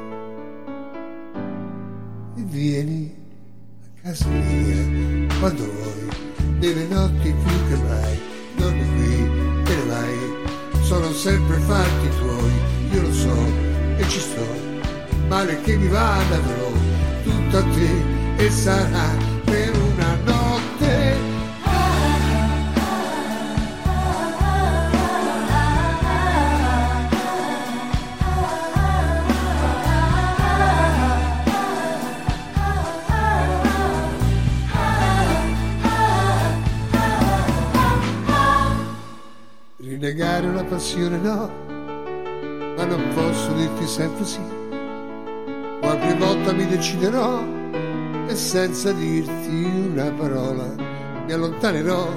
E vieni a casa mia quando vuoi, nelle notti più che mai. Dormi qui, te ne vai, sono sempre fatti tuoi, io lo so. e ci sto, male che mi vada avrò tutto a te e sarà per una notte. Rinnegare una passione no, ma non posso dirti sempre sì. Qualche volta mi deciderò e senza dirti una parola mi allontanerò.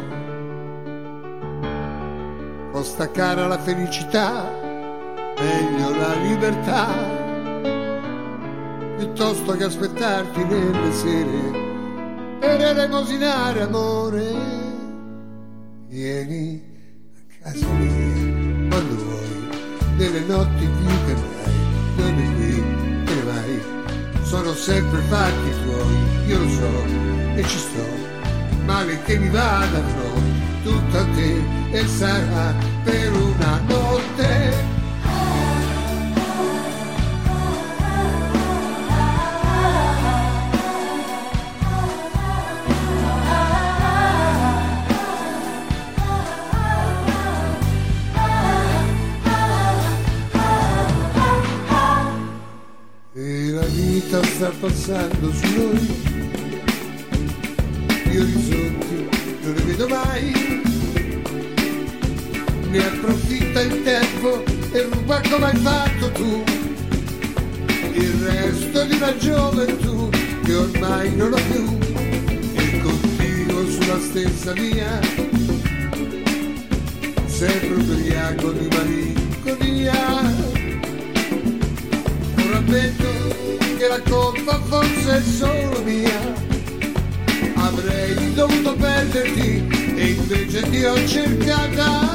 Può staccare alla felicità, meglio la libertà, piuttosto che aspettarti nelle sere per elemosinare amore. Vieni a casa mia quando vuoi, nelle notti più che mai, dove qui te ne vai. Sono sempre fatti tuoi, io lo so e ci sto, male che mi vada avrò tutto a te e sarà per una notte. Sta passando su noi, gli orizzonti non li vedo mai, ne approfitta il tempo e ruba come hai fatto tu il resto di una gioventù che ormai non ho più, e continuo sulla stessa via, sempre ubriaco di malinconia. Un rammento che la colpa forse è solo mia, avrei dovuto perderti e invece ti ho cercata.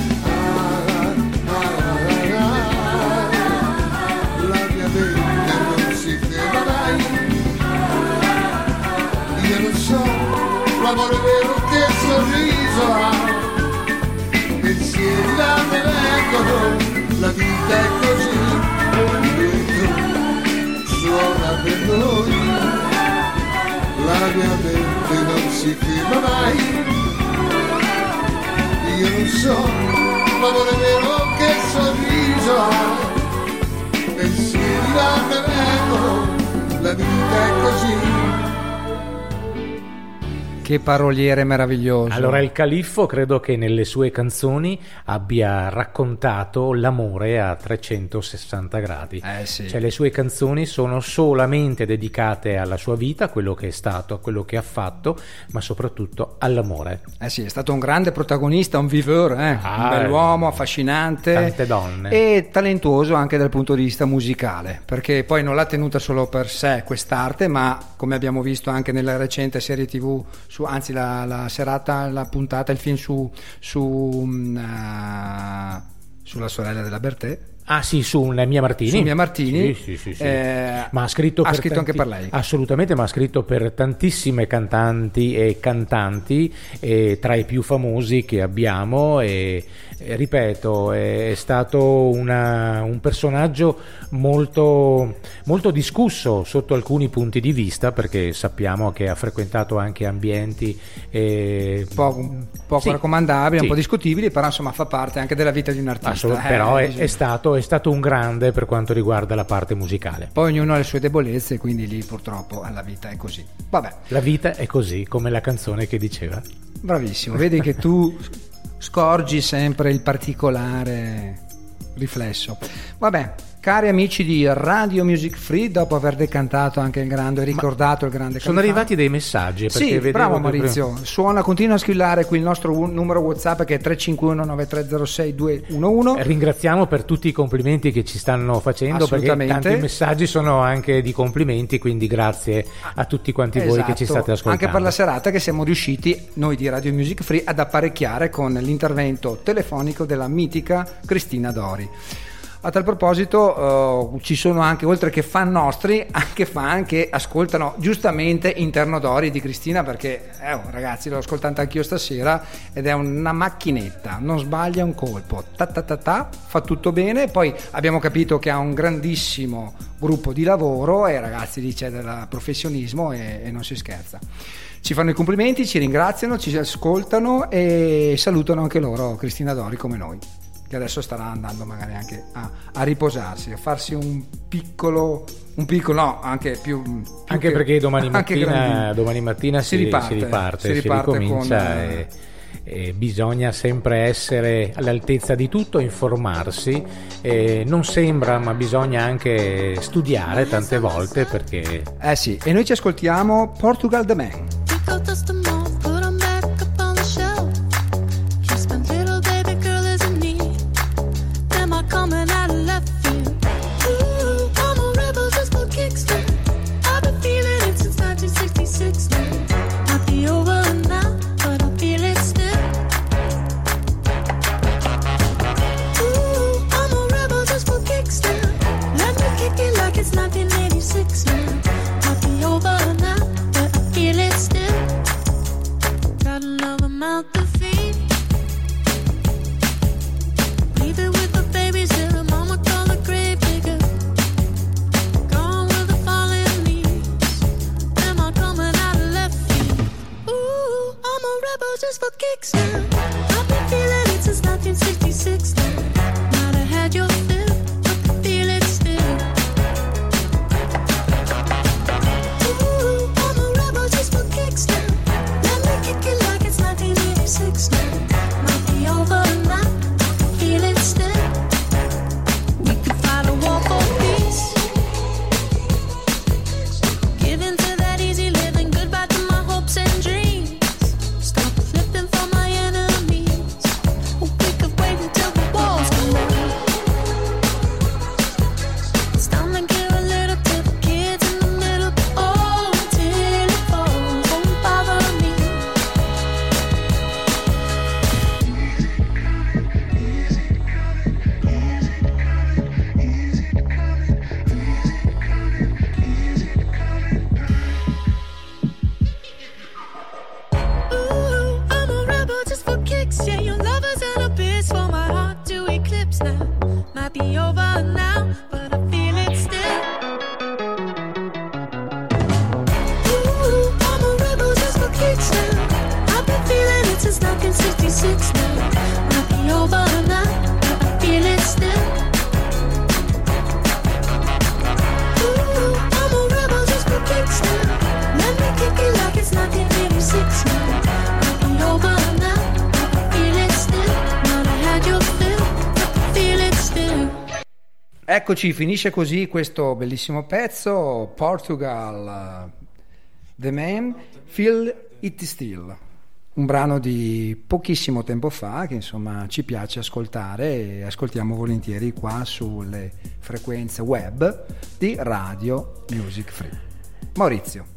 La mia mente non si ferma mai, io non so l'amore vero che sorriso ha, pensieri da me vengono, la vita è così, suona per noi, la mia mente non si ferma mai, io non so l'amore vero che sorriso ha, pensieri da me vengono, la vita è così. Che paroliere meraviglioso. Allora il Califfo credo che nelle sue canzoni abbia raccontato l'amore a 360 gradi. Sì. Cioè le sue canzoni sono solamente dedicate alla sua vita, a quello che è stato, a quello che ha fatto, ma soprattutto all'amore. Sì, è stato un grande protagonista, un viveur, un bell'uomo, affascinante. Tante donne. E talentuoso anche dal punto di vista musicale, perché poi non l'ha tenuta solo per sé quest'arte, ma come abbiamo visto anche nella recente serie TV, anzi la serata, la puntata, il film sulla sorella della Bertè. Ah sì, su Mia Martini. Su Mia Martini. Sì. Ma ha scritto anche per lei. Assolutamente, ma ha scritto per tantissime cantanti e cantanti, tra i più famosi che abbiamo, e ripeto, è stato un personaggio molto, molto discusso sotto alcuni punti di vista, perché sappiamo che ha frequentato anche ambienti poco raccomandabili, un po' discutibili, però insomma fa parte anche della vita di un artista. Però è stato un grande per quanto riguarda la parte musicale. Poi ognuno ha le sue debolezze, quindi lì purtroppo la vita è così. Vabbè. La vita è così, come la canzone che diceva. Bravissimo, vedi che tu scorgi sempre il particolare riflesso. Vabbè, cari amici di Radio Music Free, dopo aver decantato anche il grande, ricordato il grande sono arrivati dei messaggi, perché sì, bravo Maurizio, continua a squillare qui il nostro numero WhatsApp, che è 351 9306 211. Ringraziamo per tutti i complimenti che ci stanno facendo, perché tanti messaggi sono anche di complimenti, quindi grazie a tutti quanti voi che ci state ascoltando. Anche per la serata che siamo riusciti noi di Radio Music Free ad apparecchiare con l'intervento telefonico della mitica Cristina Dori. A tal proposito ci sono anche, oltre che fan nostri, anche fan che ascoltano giustamente Interno d'Ori di Cristina, perché ragazzi, l'ho ascoltata anch'io stasera ed è una macchinetta, non sbaglia un colpo, fa tutto bene. Poi abbiamo capito che ha un grandissimo gruppo di lavoro e ragazzi, lì c'è del professionismo e non si scherza. Ci fanno i complimenti, ci ringraziano, ci ascoltano e salutano anche loro Cristina D'Ori come noi, che adesso starà andando magari anche a riposarsi, a farsi un piccolo no, anche più anche che, perché domani mattina si ricomincia e bisogna sempre essere all'altezza di tutto, informarsi, non sembra, ma bisogna anche studiare tante volte, perché sì. E noi ci ascoltiamo Portugal The Man. Eccoci, finisce così questo bellissimo pezzo, Portugal The Man, Feel It Still, un brano di pochissimo tempo fa che insomma ci piace ascoltare e ascoltiamo volentieri qua sulle frequenze web di Radio Music Free. Maurizio.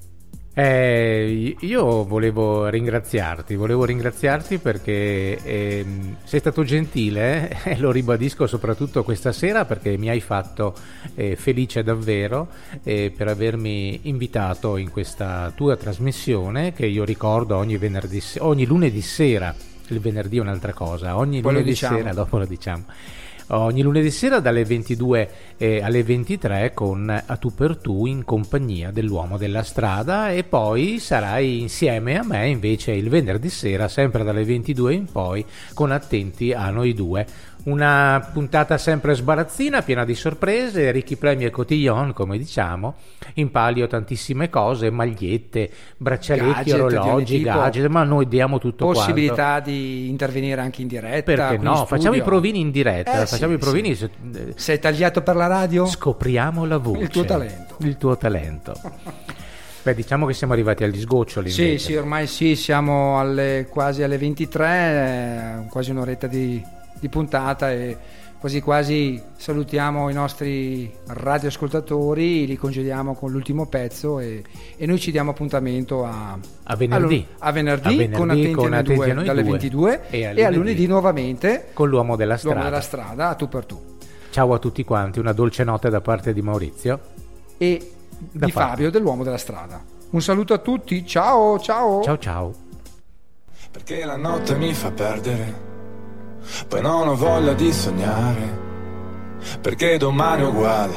Io volevo ringraziarti perché sei stato gentile, lo ribadisco soprattutto questa sera, perché mi hai fatto felice davvero per avermi invitato in questa tua trasmissione che io ricordo ogni lunedì sera. Il venerdì è un'altra cosa, ogni lunedì sera, dopo lo diciamo. Ogni lunedì sera dalle 22 alle 23 con A Tu per Tu in compagnia dell'uomo della strada, e poi sarai insieme a me invece il venerdì sera sempre dalle 22 in poi con Attenti a Noi Due. Una puntata sempre sbarazzina, piena di sorprese, ricchi premi e cotillon, come diciamo, in palio tantissime cose, magliette, braccialetti, orologi, gadget, ma noi diamo tutto possibilità quanto. Di intervenire anche in diretta. Perché no? Facciamo i provini in diretta, facciamo i provini. Sì. Sei tagliato per la radio? Scopriamo la voce. Il tuo talento. Beh, diciamo che siamo arrivati agli sgoccioli. Sì, ormai sì, siamo quasi alle 23, quasi un'oretta di puntata e quasi salutiamo i nostri radioascoltatori, li congediamo con l'ultimo pezzo e noi ci diamo appuntamento a venerdì con Attenti a Noi dalle 22 e a lunedì nuovamente con l'uomo della strada. A Tu per Tu. Ciao a tutti quanti, una dolce notte da parte di Maurizio e di Fabio dell'Uomo della Strada. Un saluto a tutti, ciao ciao. Ciao ciao. Perché la notte mi fa perdere, poi non ho voglia di sognare, perché domani è uguale,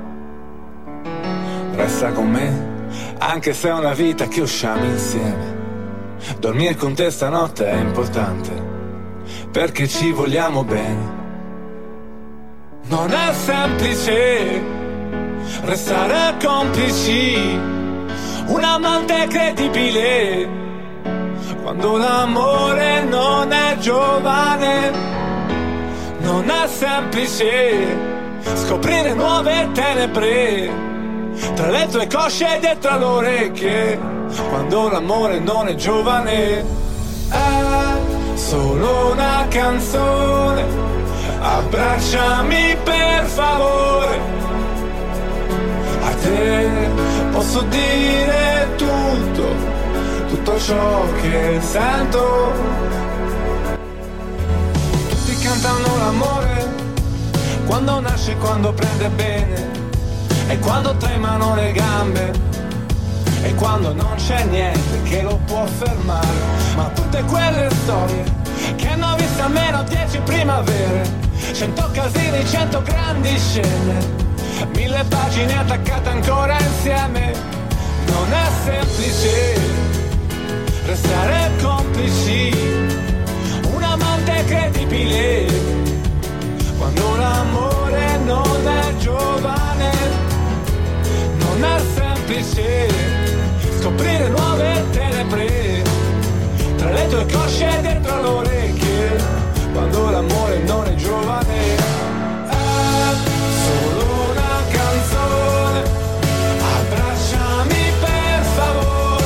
resta con me, anche se è una vita che usciamo insieme. Dormire con te stanotte è importante, perché ci vogliamo bene. Non è semplice restare complici, un amante credibile, quando l'amore non è giovane. Non è semplice scoprire nuove tenebre tra le tue cosce e dietro le orecchie, quando l'amore non è giovane. È solo una canzone, abbracciami per favore, a te posso dire tutto ciò che sento. Tutti cantano l'amore, quando nasce, quando prende bene, e quando tremano le gambe, e quando non c'è niente che lo può fermare. Ma tutte quelle storie che hanno visto almeno 10 primavere, 100 casini, 100 grandi scene, 1000 pagine attaccate ancora insieme. Non è semplice restare complici, un amante credibile, quando l'amore non è giovane. Non è semplice scoprire nuove tenebre tra le tue cosce e dietro le orecchie, quando l'amore non è giovane. È solo una canzone, abbracciami per favore,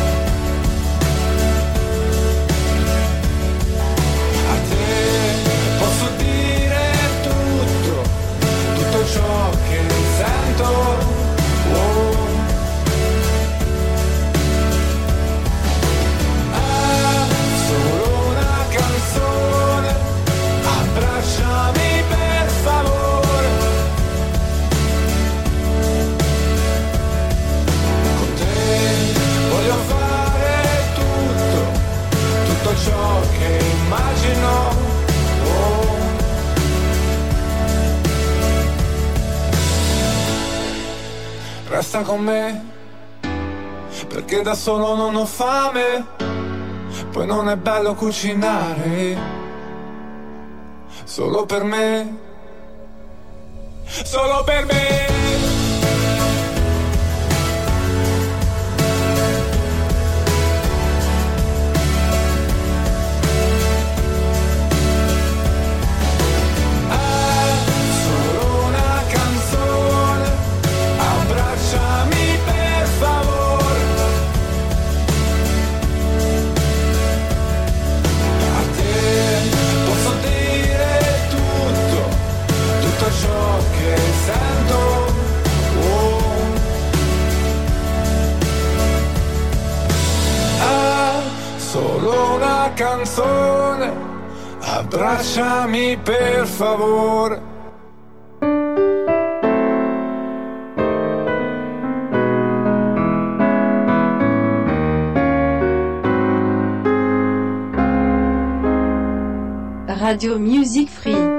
a te posso dire tutto ciò che sento. Abbracciami per favore, con te voglio fare tutto ciò che immagino. Resta con me, perché da solo non ho fame, poi non è bello cucinare. Solo per me, solo per me. È solo una canzone, abbracciami per favore, a te posso dire tutto ciò che sento. È solo una canzone, abbracciami per favore. Radio Music Free.